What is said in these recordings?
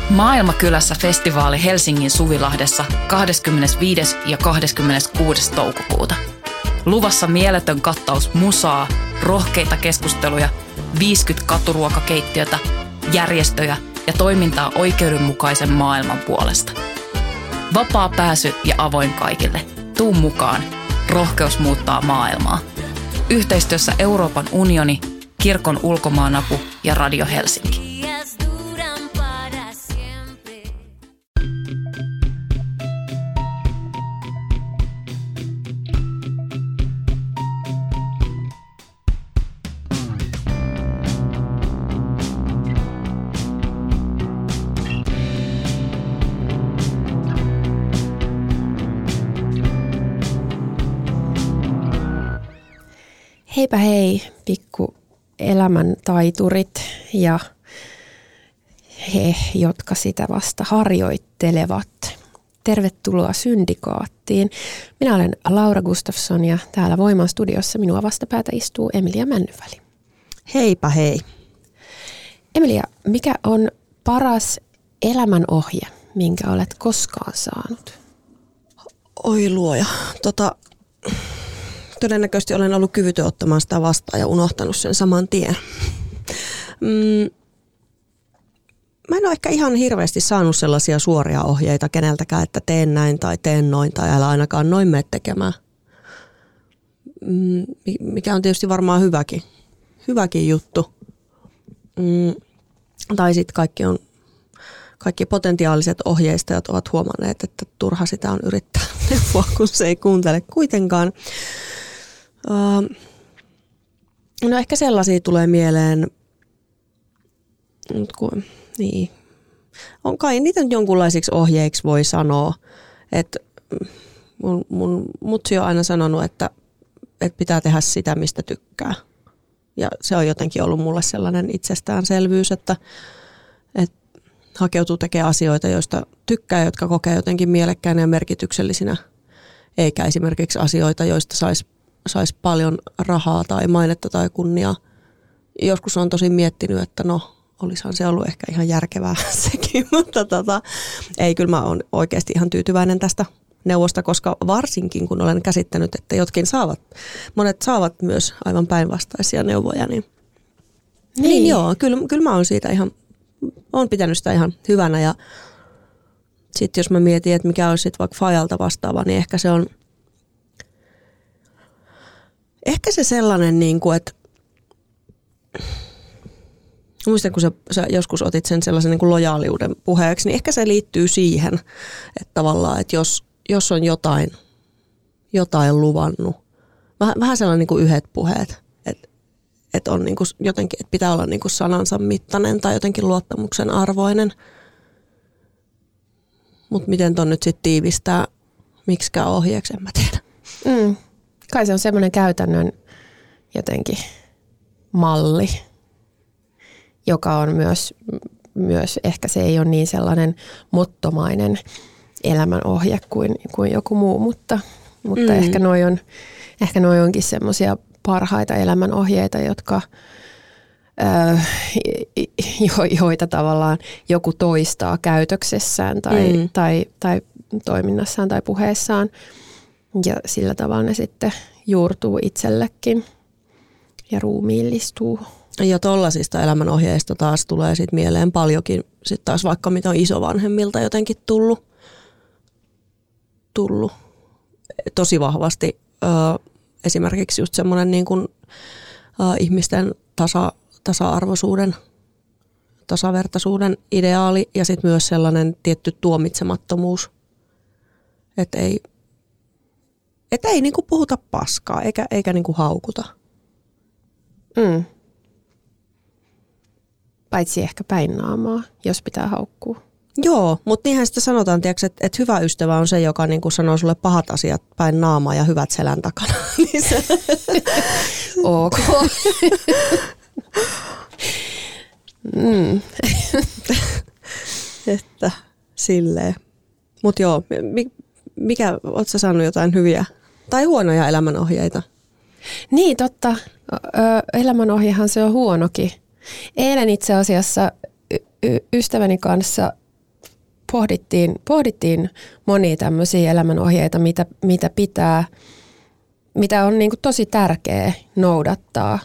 Maailmakylässä festivaali Helsingin Suvilahdessa 25. ja 26. toukokuuta. Luvassa mieletön kattaus musaa, rohkeita keskusteluja, 50 katuruokakeittiötä, järjestöjä ja toimintaa oikeudenmukaisen maailman puolesta. Vapaa pääsy ja avoin kaikille. Tuu mukaan. Rohkeus muuttaa maailmaa. Yhteistyössä Euroopan unioni, Kirkon ulkomaanapu ja Radio Helsinki. Heipä hei, pikku elämän taiturit ja he, jotka sitä vasta harjoittelevat. Tervetuloa Syndikaattiin. Minä olen Laura Gustafsson ja täällä Voiman studiossa minua vastapäätä istuu Emilia Männyväli. Heipä hei. Emilia, mikä on paras elämänohje, minkä olet koskaan saanut? Oi luoja. Todennäköisesti olen ollut kyvytön ottamaan sitä vastaan ja unohtanut sen saman tien. Mä en ole ehkä ihan hirveästi saanut sellaisia suoria ohjeita keneltäkään, että teen näin tai teen noin tai älä ainakaan noin mene tekemään. Mikä on tietysti varmaan hyväkin juttu. Tai sitten kaikki potentiaaliset ohjeistajat ovat huomanneet, että turha sitä on yrittää neuvoa, kun se ei kuuntele kuitenkaan. No ehkä sellaisia tulee mieleen, niin. On kai niitä jonkunlaisiksi ohjeiksi voi sanoa, että mun mutsi on aina sanonut, että pitää tehdä sitä, mistä tykkää. Ja se on jotenkin ollut mulle sellainen itsestäänselvyys, että hakeutuu tekemään asioita, joista tykkää, jotka kokee jotenkin mielekkäinä ja merkityksellisinä, eikä esimerkiksi asioita, joista saisi paljon rahaa tai mainetta tai kunniaa. Joskus on tosi miettinyt, että olisihan se ollut ehkä ihan järkevää sekin, mutta ei, kyllä mä oon oikeasti ihan tyytyväinen tästä neuvosta, koska varsinkin kun olen käsittänyt, että monet saavat myös aivan päinvastaisia neuvoja, niin joo, kyllä mä oon siitä oon pitänyt sitä ihan hyvänä ja sitten jos mä mietin, että mikä olisi sitten vaikka Fajalta vastaava, niin ehkä se sellainen, niin kuin, että muistan, kun sä joskus otit sen sellaisen niin kuin lojaaliuden puheeksi, niin ehkä se liittyy siihen, että tavallaan, että jos on jotain luvannut, vähän sellainen niin kuin yhdet puheet, että on niin kuin jotenkin, että pitää olla niin kuin sanansa mittainen tai jotenkin luottamuksen arvoinen. Mutta miten ton nyt sitten tiivistää miksikään ohjeeksi, en mä tiedä. Kai se on semmoinen käytännön jotenkin malli, joka on myös ehkä se ei ole niin sellainen mottomainen elämänohje kuin joku muu, mutta ehkä noi onkin semmoisia parhaita elämänohjeita, joita tavallaan joku toistaa käytöksessään tai toiminnassaan tai puheessaan. Ja sillä tavalla ne sitten juurtuu itsellekin ja ruumiillistuu. Ja tollasista elämänohjeista taas tulee sit mieleen paljonkin, sit taas vaikka mitä on isovanhemmilta jotenkin tullut tosi vahvasti. Esimerkiksi just semmoinen niin kuin ihmisten tasa-arvoisuuden, tasavertaisuuden ideaali ja sitten myös sellainen tietty tuomitsemattomuus, että ei niinku puhuta paskaa eikä niinku haukuta. Paitsi ehkä päin naamaa, jos pitää haukkua. Joo, mutta niinhän sitä sanotaan, että hyvä ystävä on se, joka niinku sanoo sulle pahat asiat päin naamaa ja hyvät selän takana. Ok. Että silleen. Mut joo, ootko sä saanut jotain hyviä tai huonoja elämänohjeita? Niin, totta. Elämänohjehan se on huonokin. Eilen itse asiassa ystäväni kanssa pohdittiin monia tämmöisiä elämänohjeita, mitä on niin kuin tosi tärkeä noudattaa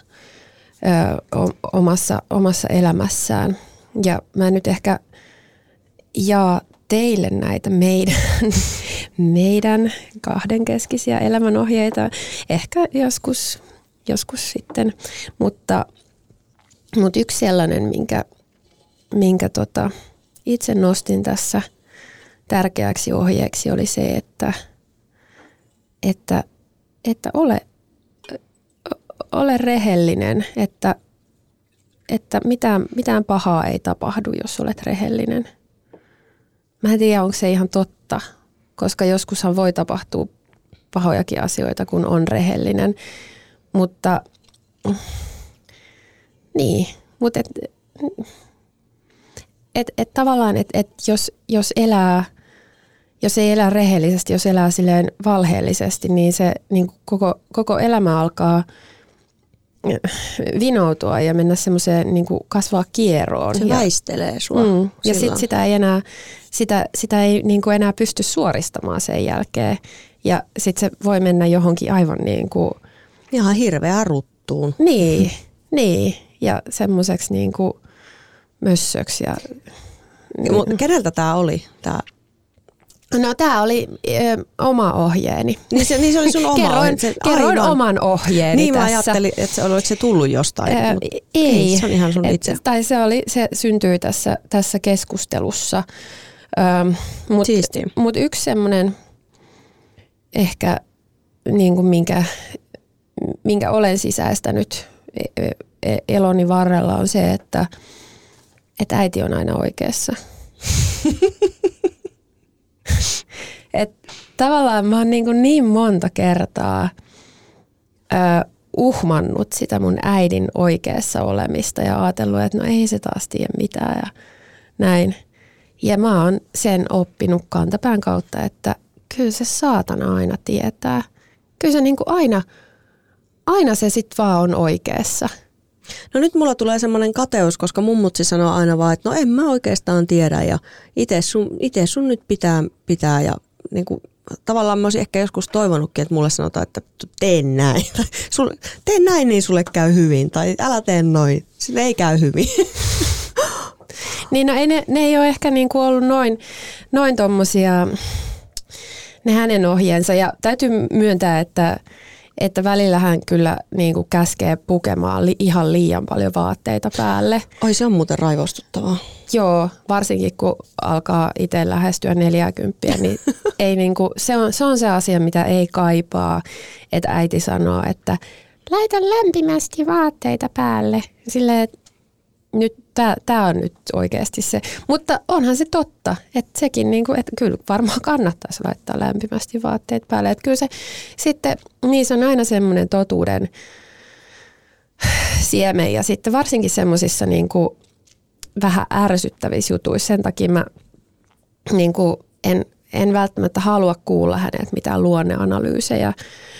omassa elämässään. Ja mä nyt ehkä jaa teille näitä meidän kahdenkeskisiä elämänohjeita, ehkä joskus sitten, mutta yksi sellainen, minkä itse nostin tässä tärkeäksi ohjeeksi oli se, että ole rehellinen, että mitään pahaa ei tapahdu, jos olet rehellinen. Mä en tiedä, onko se ihan totta, koska joskushan voi tapahtua pahojakin asioita, kun on rehellinen. Mutta niin, mutta tavallaan, jos ei elää rehellisesti, jos elää silleen valheellisesti, niin se niin koko elämä alkaa vinoutua ja mennä semmoiseen niin kasvaa kieroon. Se väistelee sua. Ja sitten sitä ei niin kuin enää pysty suoristamaan sen jälkeen. Ja sitten se voi mennä johonkin aivan niin kuin ihan hirveään ruttuun. Niin. Ja semmoiseksi niin kuin mössöksi. Mutta keneltä tämä oli? No tämä oli oma ohjeeni. Niin se oli sun oma Kerroin oman ohjeeni niin, tässä. Niin mä ajattelin, että oliko se tullut jostain. Ei. Se on ihan sun itse. Tai se syntyi tässä keskustelussa. Mutta yksi semmoinen ehkä, niin kuin minkä olen sisäistänyt eloni varrella on se, että äiti on aina oikeassa. Tavallaan mä oon niin monta kertaa uhmannut sitä mun äidin oikeassa olemista ja ajatellut, että no ei se taas tiedä mitään ja näin. Ja mä oon sen oppinut kantapään kautta, että kyllä se saatana aina tietää. Kyllä se niin kuin aina se sit vaan on oikeassa. No nyt mulla tulee semmoinen kateus, koska mummutsi sanoo aina vaan, että no en mä oikeastaan tiedä ja itse sun nyt pitää ja niin kuin, tavallaan mä olisin ehkä joskus toivonutkin, että mulle sanotaan, että tee näin. Tee näin, niin sulle käy hyvin tai älä tee noin, sille ei käy hyvin. Niin no ne ei ole ehkä niin kuin ollut noin tommosia ne hänen ohjeensa ja täytyy myöntää, että välillä hän kyllä niin kuin käskee pukemaan ihan liian paljon vaatteita päälle. Ai se on muuten raivostuttavaa. Joo, varsinkin kun alkaa itse lähestyä 40, niin ei niin kuin, se on se asia, mitä ei kaipaa, että äiti sanoo, että laita lämpimästi vaatteita päälle. Silleen, että nyt tämä on nyt oikeasti se. Mutta onhan se totta, että sekin niin kuin, että kyllä varmaan kannattaisi laittaa lämpimästi vaatteet päälle. Että kyllä se sitten, niissä on aina semmoinen totuuden siemen ja sitten varsinkin semmoisissa niin kuin vähän ärsyttävissä jutuissa. Sen takia mä niin kuin en välttämättä halua kuulla häneltä mitään luonneanalyysejä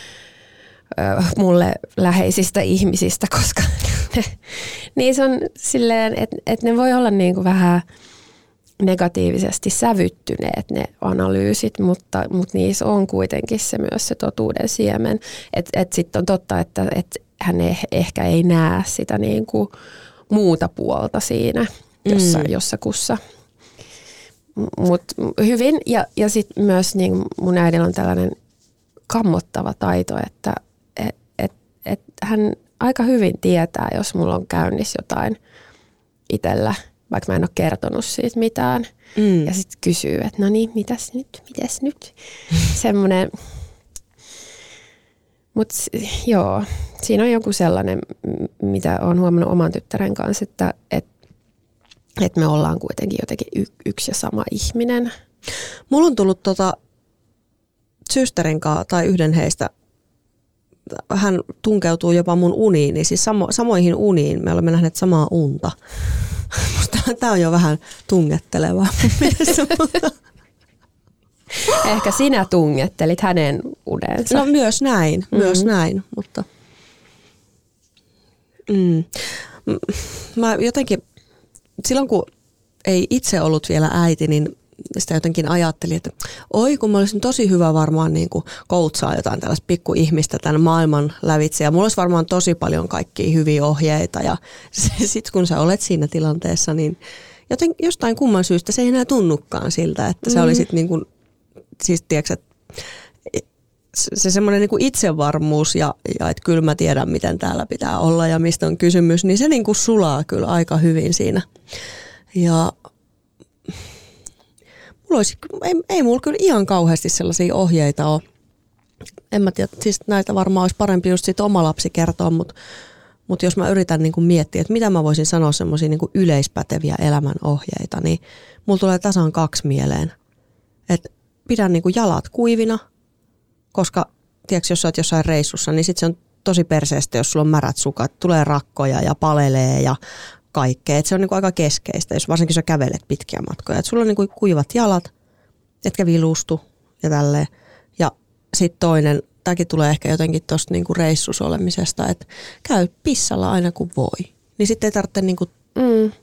mulle läheisistä ihmisistä, koska niissä on silleen, että ne voi olla niin kuin vähän negatiivisesti sävyttyneet ne analyysit, mutta niissä on kuitenkin se myös se totuuden siemen. Että sitten on totta, että hän ehkä ei näe sitä niin kuin muuta puolta siinä jossakussa. Mutta hyvin, ja sitten myös niin mun äidillä on tällainen kammottava taito, että hän aika hyvin tietää, jos mulla on käynnissä jotain itsellä, vaikka mä en ole kertonut siitä mitään. Ja sitten kysyy, että no niin, mitäs nyt? Semmoinen, mutta joo, siinä on joku sellainen, mitä olen huomannut oman tyttären kanssa, että me ollaan kuitenkin jotenkin yksi ja sama ihminen. Mulla on tullut systerin kanssa tai yhden heistä, hän tunkeutuu jopa mun uniin, niin siis samoihin uniin. Me olemme nähneet samaa unta. Tämä on jo vähän tungettelevaa mun mielestä. Ehkä sinä tungettelit hänen unensa. No myös näin, mutta mä jotenkin, silloin kun ei itse ollut vielä äiti, niin sitä jotenkin ajattelin, että oi kun mä olisin tosi hyvä varmaan niin kuin coachaa jotain tällaista pikkuihmistä tämän maailman lävitse. Ja mulla olisi varmaan tosi paljon kaikkia hyviä ohjeita. Ja sitten kun sä olet siinä tilanteessa, niin jostain kumman syystä se ei enää tunnukaan siltä, että se oli sitten niin kuin, siis tiedätkö, se semmoinen niin kuin itsevarmuus ja että kyllä mä tiedän, miten täällä pitää olla ja mistä on kysymys, niin se niin kuin sulaa kyllä aika hyvin siinä. Ja ei mulla kyllä ihan kauheasti sellaisia ohjeita ole. En mä tiedä, siis näitä varmaan olisi parempi just sit oma lapsi kertoa, mutta jos mä yritän niin kuin miettiä, että mitä mä voisin sanoa semmoisia niin kuin yleispäteviä elämän ohjeita, niin mulla tulee tasan 2 mieleen. Että pidän niin kuin jalat kuivina, koska tiedätkö, jos sä oot jossain reissussa, niin sit se on tosi perseestä, jos sulla on märät sukat, tulee rakkoja ja palelee ja kaikkea. Et se on niinku aika keskeistä, jos varsinkin sä kävelet pitkiä matkoja. Et sulla on niinku kuivat jalat, etkä vilustu ja tälleen. Ja sitten toinen, tämäkin tulee ehkä jotenkin tuosta niinku reissus olemisesta, että käy pissalla aina kun voi. Niin sitten ei tarvitse niinku... Niin.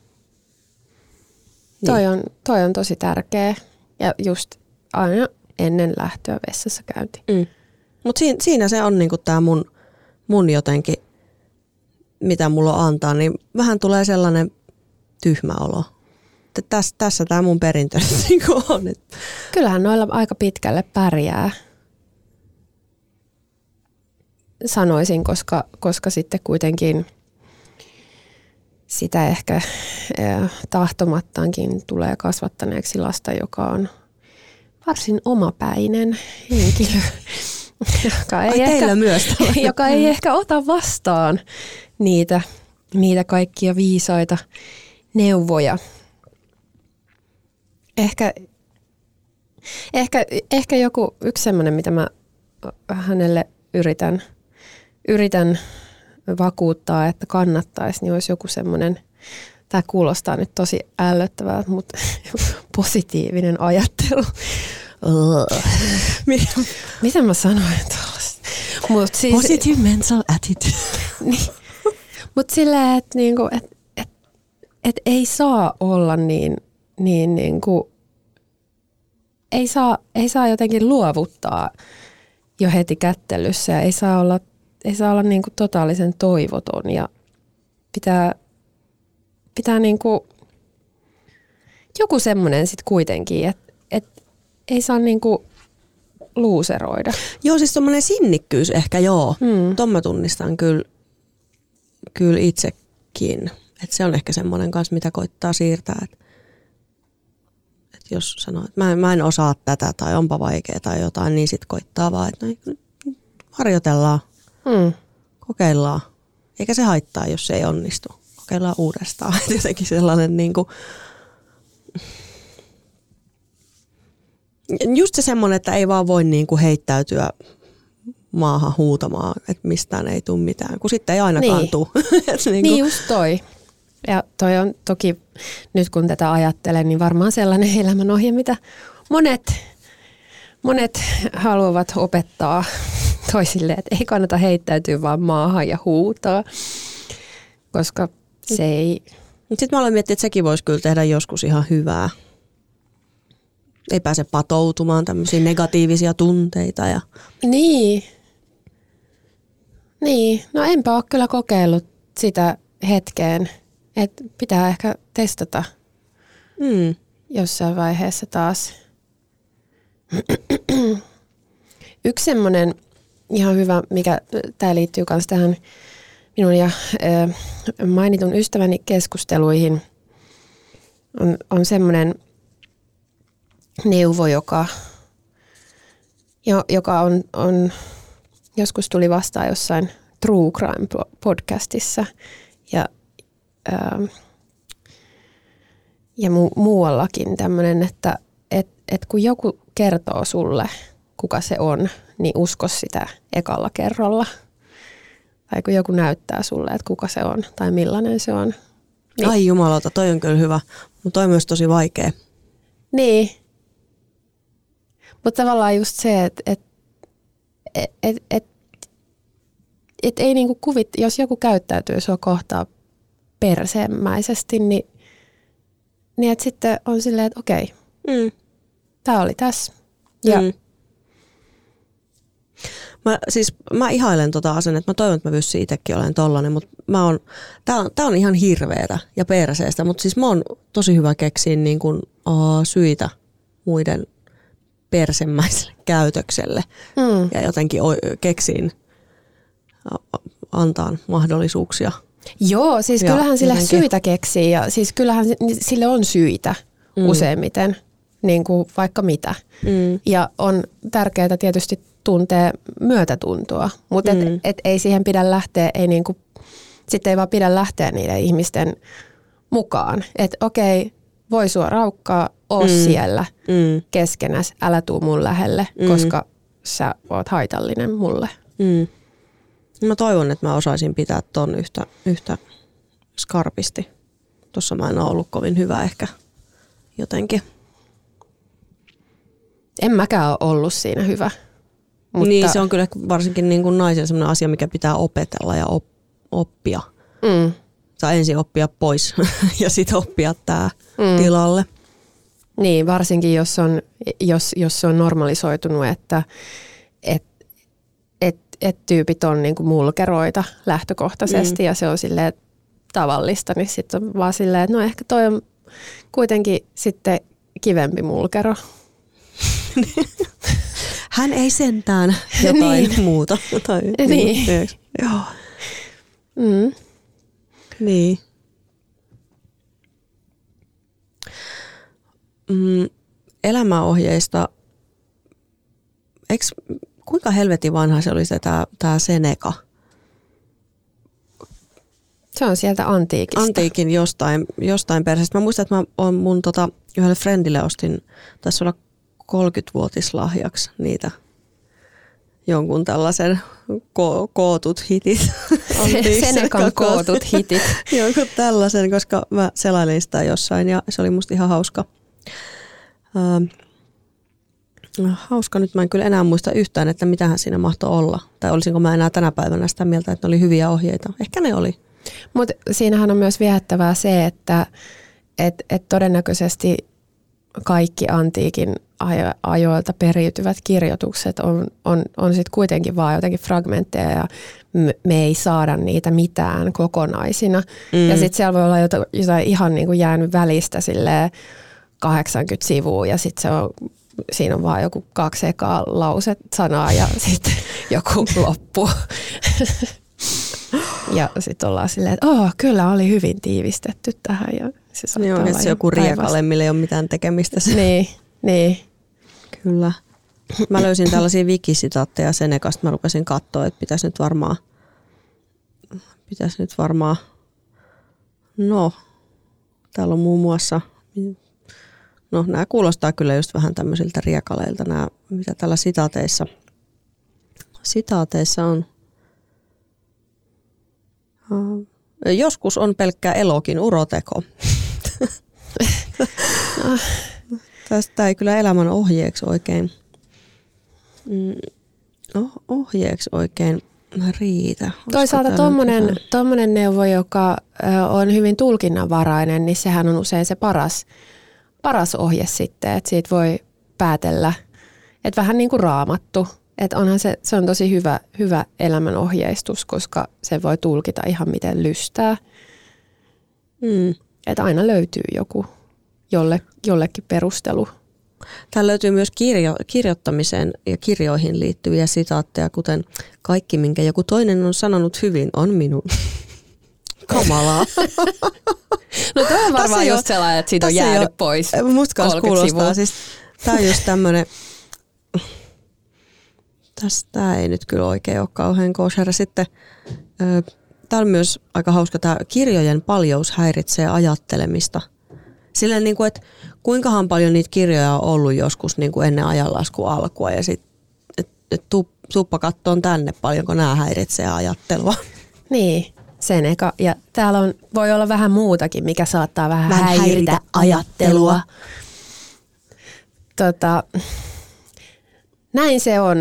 Toi on tosi tärkeä ja just aina ennen lähtöä vessassa käynti. Mutta siinä se on niinku tää mun jotenkin, mitä mulla on antaa, niin vähän tulee sellainen tyhmä olo. Tässä tämä mun perintö niinku on. Kyllähän noilla aika pitkälle pärjää, sanoisin, koska sitten kuitenkin sitä ehkä tahtomattaankin tulee kasvattaneeksi lasta, joka on varsin omapäinen henkilö, joka ei ehkä ota vastaan niitä kaikkia viisaita neuvoja. Ehkä yksi semmoinen, mitä mä hänelle yritän vakuuttaa, että kannattaisi, niin olisi joku semmoinen, tämä kuulostaa nyt tosi ällöttävältä, mutta positiivinen ajattelu. Miten mä sanoin tuollaista? Siis, positive mental attitude. Niin, mutta silleen, että niinku, et ei saa olla niinku, ei saa jotenkin luovuttaa jo heti kättelyssä ja ei saa olla niinku totaalisen toivoton ja pitää niinku joku semmoinen sitten kuitenkin, että ei saa niinku luuseroida. Joo, siis tommoinen sinnikkyys ehkä joo. Ton mä tunnistan kyllä itsekin. Että se on ehkä semmoinen kanssa, mitä koittaa siirtää. Että jos sanoo, että mä en osaa tätä tai onpa vaikea tai jotain, niin sit koittaa vaan, että harjoitellaan, kokeillaan. Eikä se haittaa, jos se ei onnistu. Kokeillaan uudestaan. Jotenkin sellainen niinku... Just se semmoinen, että ei vaan voi niinku heittäytyä maahan huutamaan, että mistään ei tule mitään, kun sitten ei ainakaan tule. Niin just toi. Ja toi on toki, nyt kun tätä ajattelen, niin varmaan sellainen elämänohje, mitä monet haluavat opettaa toisille, että ei kannata heittäytyä vaan maahan ja huutaa, koska se ei... Sitten mä aloin miettiä, että sekin voisi kyllä tehdä joskus ihan hyvää. Ei pääse patoutumaan tämmöisiä negatiivisia tunteita. Ja... Niin, no enpä ole kyllä kokeillut sitä hetkeen, että pitää ehkä testata jossain vaiheessa taas. Yksi semmoinen ihan hyvä, mikä tämä liittyy myös tähän minun ja mainitun ystäväni keskusteluihin, on semmoinen neuvo, joka on joskus tuli vastaan jossain True Crime podcastissa ja muuallakin tämmöinen, että kun joku kertoo sulle, kuka se on, niin usko sitä ekalla kerralla. Tai kun joku näyttää sulle, että kuka se on tai millainen se on. Niin. Ai jumalauta, toi on kyllä hyvä, mutta toi on myös tosi vaikea. Niin. Mutta tavallaan just se, että ei niinku jos joku käyttäytyy sua kohtaa perseemäisesti, niin että sitten on silleen, että okei, tämä oli tässä. Ja Mä ihailen tota asennetta. Mä toivon, että mä pystyn itsekin olemaan tollanen, mutta tää on ihan hirveetä ja perseestä, mutta siis mä oon tosi hyvä keksiä niin kun, syitä muiden persemmäiselle käytökselle ja jotenkin keksiin antaa mahdollisuuksia. Joo, siis kyllähän sille syitä keksii ja siis kyllähän sille on syitä useimmiten, niin kuin vaikka mitä. Ja on tärkeää tietysti tuntea myötätuntoa, mutta et ei siihen pidä lähteä, sitten ei vaan pidä lähteä niiden ihmisten mukaan. Että okei, voi sua raukkaa, oo siellä keskenäs, älä tuu mun lähelle, koska sä oot haitallinen mulle. Mä toivon, että mä osaisin pitää ton yhtä skarpisti. Tuossa mä en ole ollut kovin hyvä ehkä jotenkin. En mäkään ole ollut siinä hyvä. Mutta niin, se on kyllä varsinkin niin kuin naisen sellainen asia, mikä pitää opetella ja oppia. Saa ensin oppia pois ja sitten oppia tää tilalle. Niin, varsinkin jos se on normalisoitunut, että tyypit on niinku mulkeroita lähtökohtaisesti ja se on silleen tavallista, niin sitten on vaan silleen, että no ehkä toi on kuitenkin sitten kivempi mulkero. Hän ei sentään jotain muuta. Niin. Joo. Niin. Elämäohjeista, kuinka helvetin vanha se oli tämä Seneca? Se on sieltä antiikista. Antiikin jostain perseestä. Mä muistan, että mä oon mun yhdelle friendille ostin, taisi olla 30-vuotislahjaksi niitä jonkun tällaisen kootut hitit. Senecan kootut hitit. Jonkun tällaisen, koska mä selailin sitä jossain ja se oli musta ihan hauska. Hauska, nyt mä en kyllä enää muista yhtään, että mitähän siinä mahtoi olla. Tai olisinko mä enää tänä päivänä sitä mieltä, että ne oli hyviä ohjeita. Ehkä ne oli. Mutta siinähän on myös viehättävää se, että todennäköisesti kaikki antiikin ajoilta periytyvät kirjoitukset on sitten kuitenkin vaan jotenkin fragmentteja ja me ei saada niitä mitään kokonaisina. Ja sitten siellä voi olla jotain ihan niin kuin jäänyt välistä silleen 80 sivua ja sitten siinä on vaan joku 2 ekaa sanaa ja sitten joku loppu. Ja sitten ollaan silleen, että kyllä oli hyvin tiivistetty tähän. Ja se joo, että se joku riekale, millä ei ole mitään tekemistä. Niin. Kyllä. Mä löysin tällaisia wikisitaatteja Senecasta. Mä rupesin katsoa, että pitäisi nyt varmaan, no, täällä on muun muassa, no nämä kuulostaa kyllä just vähän tämmöisiltä riekaleilta, nämä, mitä täällä sitaateissa on. Joskus on pelkkä elokin uroteko. Tästä ei kyllä elämän ohjeeksi oikein riitä. Toisaalta tommonen neuvo, joka on hyvin tulkinnanvarainen, niin sehän on usein se paras ohje sitten, että siitä voi päätellä, että vähän niin kuin Raamattu. Että onhan se on tosi hyvä elämän ohjeistus, koska se voi tulkita ihan miten lystää. Että aina löytyy joku jollekin perustelu. Täällä löytyy myös kirjoittamiseen ja kirjoihin liittyviä sitaatteja, kuten kaikki, minkä joku toinen on sanonut hyvin, on minun. Kamalaa. No toi on varmaan just sellainen, että siitä on jäänyt pois. Musta kanssa kuulostaa. Siis, tää on just tämmönen, tästä ei nyt kyllä oikein ole kauhean kosher. Sitten tää on myös aika hauska, tämä kirjojen paljous häiritsee ajattelemista. Silleen niin kuin, että kuinkahan paljon niitä kirjoja on ollut joskus niin kuin ennen ajanlaskun alkua ja sitten tuppa kattoon tänne, paljonko nämä häiritsee ajattelua. Niin, Seneca. Ja täällä voi olla vähän muutakin, mikä saattaa vähän häiritä ajattelua. Näin se on.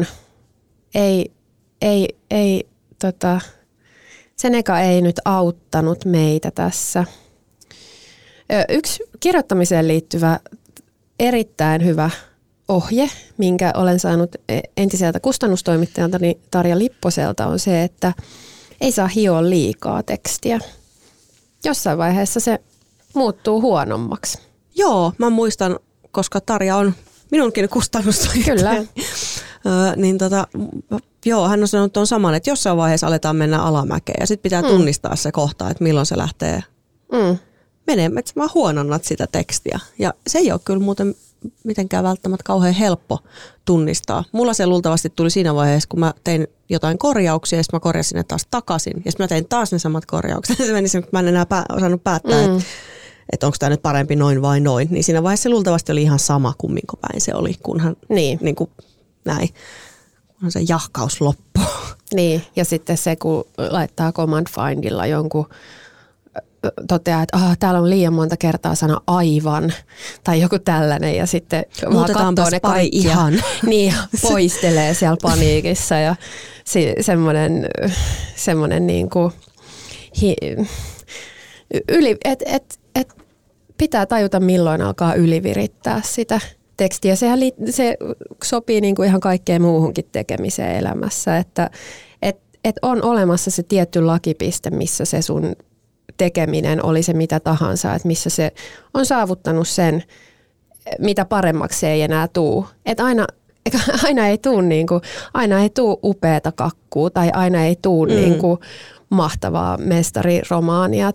Seneca ei nyt auttanut meitä tässä. Yksi kirjoittamiseen liittyvä erittäin hyvä ohje, minkä olen saanut entiseltä kustannustoimittajaltani Tarja Lipposelta, on se, että ei saa hioa liikaa tekstiä. Jossain vaiheessa se muuttuu huonommaksi. Joo, mä muistan, koska Tarja on minunkin kustannustoimittaja. Kyllä. Niin joo, hän on sanonut tuon saman, että jossain vaiheessa aletaan mennä alamäkeen ja sitten pitää tunnistaa se kohta, että milloin se lähtee menemään, että mä huononnat sitä tekstiä. Ja se ei ole kyllä muuten mitenkään välttämättä kauhean helppo tunnistaa. Mulla se luultavasti tuli siinä vaiheessa, kun mä tein jotain korjauksia ja sitten mä korjasin ne taas takaisin. Ja sitten mä tein taas ne samat korjaukset. Se meni, mä en enää osannut päättää, että onko tämä nyt parempi noin vai noin. Niin siinä vaiheessa se luultavasti oli ihan sama kumminko päin se oli, kunhan niin kuin, näin. Kunhan se jahkaus loppuu. Niin, ja sitten se, kun laittaa command findilla jonkun, toteaa, että täällä on liian monta kertaa sana aivan tai joku tällainen ja sitten vaan katsoo ne kaikki ihan. Niin, poistelee siellä paniikissa ja semmoinen niin kuin et pitää tajuta milloin alkaa ylivirittää sitä tekstiä. Se sopii niin kuin ihan kaikkeen muuhunkin tekemiseen elämässä, että on olemassa se tietty lakipiste, missä se sun tekeminen oli se mitä tahansa, että missä se on saavuttanut sen, mitä paremmaksi se ei enää tuu. Että aina ei tuu upeata kakkua tai aina ei tuu niinku mahtavaa mestariromaania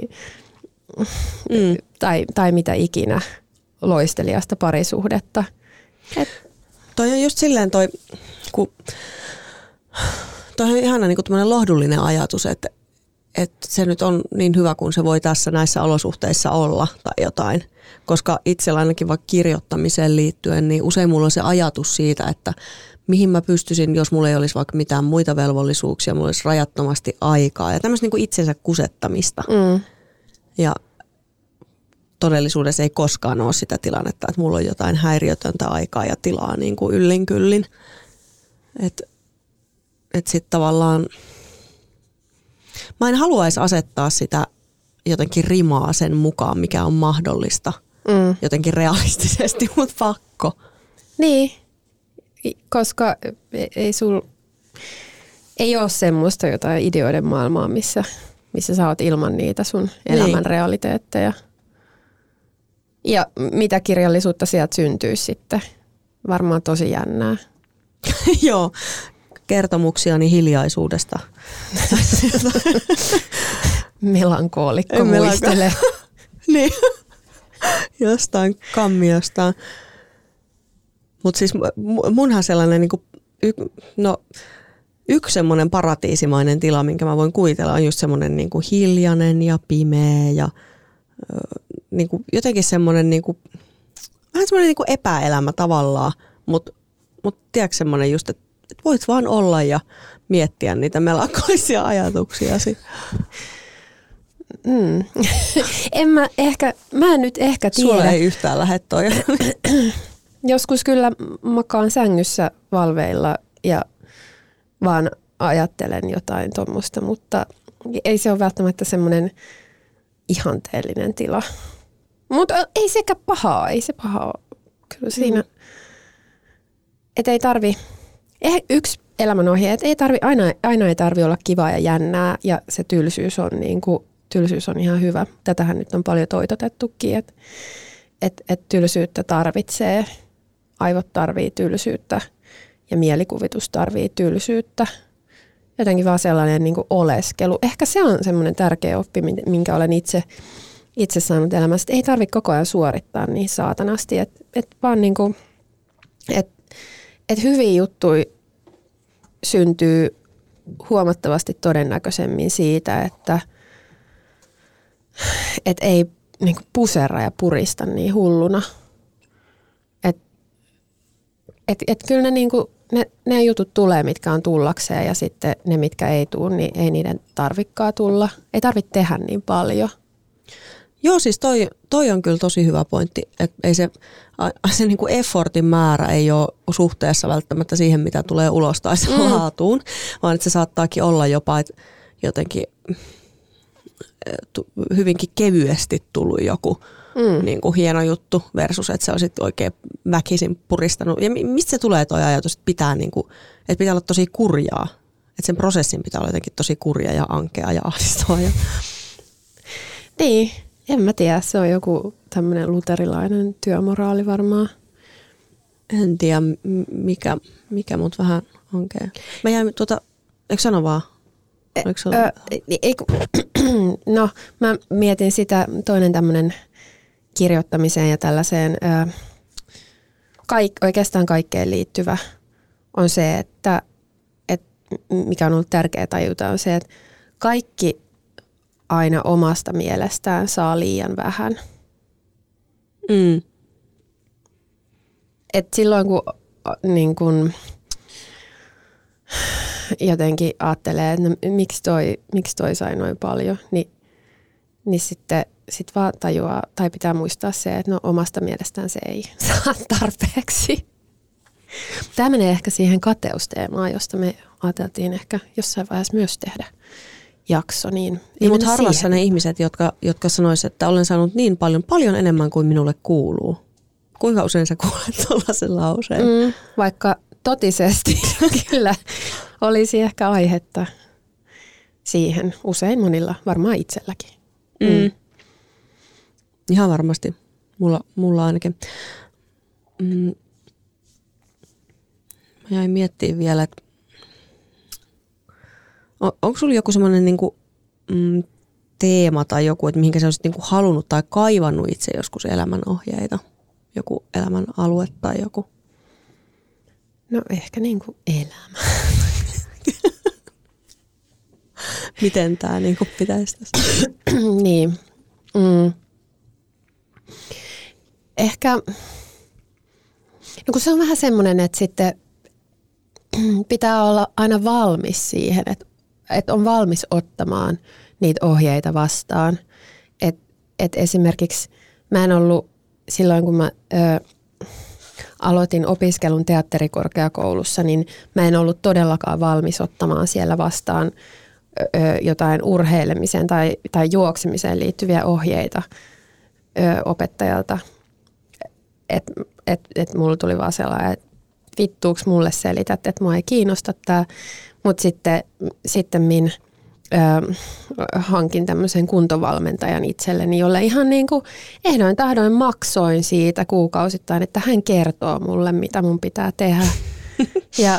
tai mitä ikinä loistelijasta parisuhdetta. Toi on just silleen toi on ihana niinku tämmöinen lohdullinen ajatus, että se nyt on niin hyvä, kun se voi tässä näissä olosuhteissa olla tai jotain. Koska itsellä ainakin vaikka kirjoittamiseen liittyen, niin usein mulla on se ajatus siitä, että mihin mä pystyisin, jos mulla ei olisi vaikka mitään muita velvollisuuksia, mulla olisi rajattomasti aikaa ja tämmöistä niin kuin itsensä kusettamista. Ja todellisuudessa ei koskaan ole sitä tilannetta, että mulla on jotain häiriötöntä aikaa ja tilaa niin kuin yllin kyllin. Että sitten tavallaan mä en haluaisi asettaa sitä jotenkin rimaa sen mukaan, mikä on mahdollista. Jotenkin realistisesti, mutta pakko. Niin, koska ei ole semmoista jotain ideoiden maailmaa, missä sä oot ilman niitä sun elämän realiteetteja. Ja mitä kirjallisuutta sieltä syntyy sitten? Varmaan tosi jännää. Joo, kertomuksiani hiljaisuudesta. Melankoolikko muistelee. Niin, jostain kammiosta. Mutta siis munhan sellainen niinku, yksi semmoinen paratiisimainen tila, minkä mä voin kuvitella, on just semmoinen niinku hiljainen ja pimeä ja niinku, jotenkin semmoinen niinku, vähän semmoinen niinku epäelämä tavallaan, mutta tiedätkö semmoinen just, että voit vaan olla ja miettiä niitä melankolisia ajatuksiasi. Mä en nyt ehkä tiedä. Sulla ei yhtään lähde toi. Joskus kyllä makaan sängyssä valveilla ja vaan ajattelen jotain tuommoista, mutta ei se ole välttämättä semmoinen ihanteellinen tila. Mutta ei sekä pahaa, ei se pahaa ole. Kyllä siinä, että ei tarvi, yksi elämänohje, että aina ei tarvi olla kivaa ja jännää ja se tylsyys on ihan hyvä. Tätähän nyt on paljon toitotettukin, että tylsyyttä tarvitsee, aivot tarvii tylsyyttä ja mielikuvitus tarvii tylsyyttä. Jotenkin vaan sellainen niin kuin oleskelu. Ehkä se on semmoinen tärkeä oppi, minkä olen itse saanut elämässä, että ei tarvitse koko ajan suorittaa niin saatanasti, että vaan niin kuin, että hyviä juttuja syntyy huomattavasti todennäköisemmin siitä, että ei niin kuin puserra ja purista niin hulluna. Et kyllä ne jutut tulee, mitkä on tullakseen ja sitten ne, mitkä ei tule, niin ei niiden tarvikaan tulla. Ei tarvitse tehdä niin paljon. Joo, siis toi on kyllä tosi hyvä pointti, että ei se niin kuin effortin määrä ei ole suhteessa välttämättä siihen, mitä tulee ulos tai laatuun, vaan että se saattaakin olla jopa jotenkin hyvinkin kevyesti tullut joku niin kuin hieno juttu versus, että sä olisit oikein väkisin puristanut. Ja mistä se tulee toi ajatus, että pitää, niin kuin, että pitää olla tosi kurjaa? Että sen prosessin pitää olla jotenkin tosi kurja ja ankea ja ahdistava. Niin, en mä tiedä. Se on joku tämmöinen luterilainen työmoraali varmaan. En tiedä, mikä mut vähän ankea. Mä jäin eikö sano vaan? No, mä mietin sitä, toinen tämmöinen kirjoittamiseen ja tällaiseen oikeastaan kaikkeen liittyvä on se, että mikä on ollut tärkeää tajuta, on se, että kaikki aina omasta mielestään saa liian vähän. Et silloin kun jotenkin ajattelee, että no, miksi toi sai noin paljon, niin sitten vaan tajuaa, tai pitää muistaa se, että no omasta mielestään se ei saa tarpeeksi. Tämä menee ehkä siihen kateusteemaan, josta me ajateltiin ehkä jossain vaiheessa myös tehdä jakso. Mutta harvassa ne ihmiset, jotka sanoisivat, että olen saanut niin paljon enemmän kuin minulle kuuluu. Kuinka usein sä kuulet tuollaisen lauseen? Vaikka totisesti kyllä olisi ehkä aihetta siihen. Usein monilla, varmaan itselläkin. Ihan varmasti. Mulla ainakin. Mä jäin miettimään vielä, että onko sulla joku semmoinen niinku, teema tai joku, että mihinkä sä olisit niinku halunnut tai kaivannut itse joskus elämänohjeita? Joku elämän alue tai joku? No ehkä niinku elämä. Miten tää niinku pitäisi tässä? Niin. Ehkä, no kun se on vähän semmoinen, että sitten pitää olla aina valmis siihen, että on valmis ottamaan niitä ohjeita vastaan. Et esimerkiksi mä en ollut silloin, kun mä aloitin opiskelun teatterikorkeakoulussa, niin mä en ollut todellakaan valmis ottamaan siellä vastaan jotain urheilemiseen tai juoksemiseen liittyviä ohjeita opettajalta. Et mulla tuli vaan sellainen, että vittuuks mulle selität, että mua ei kiinnosta tämä. Mutta sitten hankin tämmöisen kuntovalmentajan itselleni, jolle ihan niin kuin ehdoin tahdoin maksoin siitä kuukausittain, että hän kertoo mulle, mitä mun pitää tehdä. Ja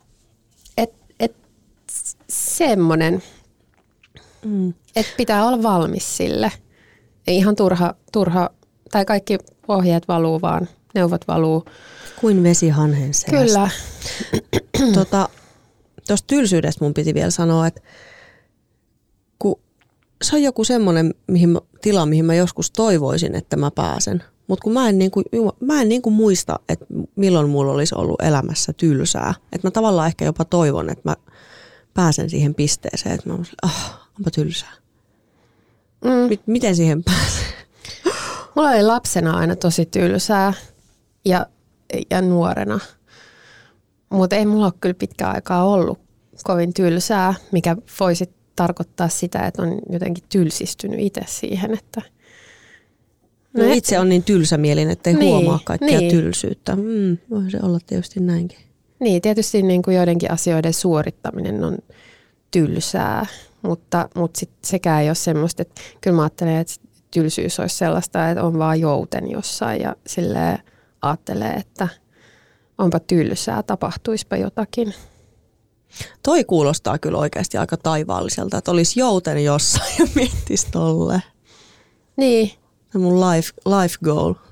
semmoinen, että pitää olla valmis sille. Ei ihan turha, tai kaikki ohjeet valuu vaan, neuvot valuu. Kuin vesi hanhen selästä. Kyllä. Tuosta tylsyydestä mun piti vielä sanoa, että kun se on joku semmoinen tila, mihin mä joskus toivoisin, että mä pääsen. Mutta kun mä en muista, että milloin mulla olisi ollut elämässä tylsää. Että mä tavallaan ehkä jopa toivon, että mä pääsen siihen pisteeseen, että mä oon onpa tylsää. Miten siihen pääsee? Mulla oli lapsena aina tosi tylsää ja nuorena. Mutta ei mulla ole kyllä pitkään aikaa ollut kovin tylsää, mikä voisi tarkoittaa sitä, että on jotenkin tylsistynyt itse siihen, että itse on niin tylsämielinen, ettei huomaa kaikkea tylsyyttä. Voi se olla tietysti näinkin. Niin, tietysti niin kuin joidenkin asioiden suorittaminen on tylsää, mutta sekään ei ole semmoista, että kyllä mä ajattelen, että tylsyys olisi sellaista, että on vaan jouten jossain ja silleen ajattelee, että onpa tylsää, tapahtuispa jotakin. Toi kuulostaa kyllä oikeasti aika taivaalliselta, että olisi jouten jossain ja miettisi tolleen. Niin. Mun life goal.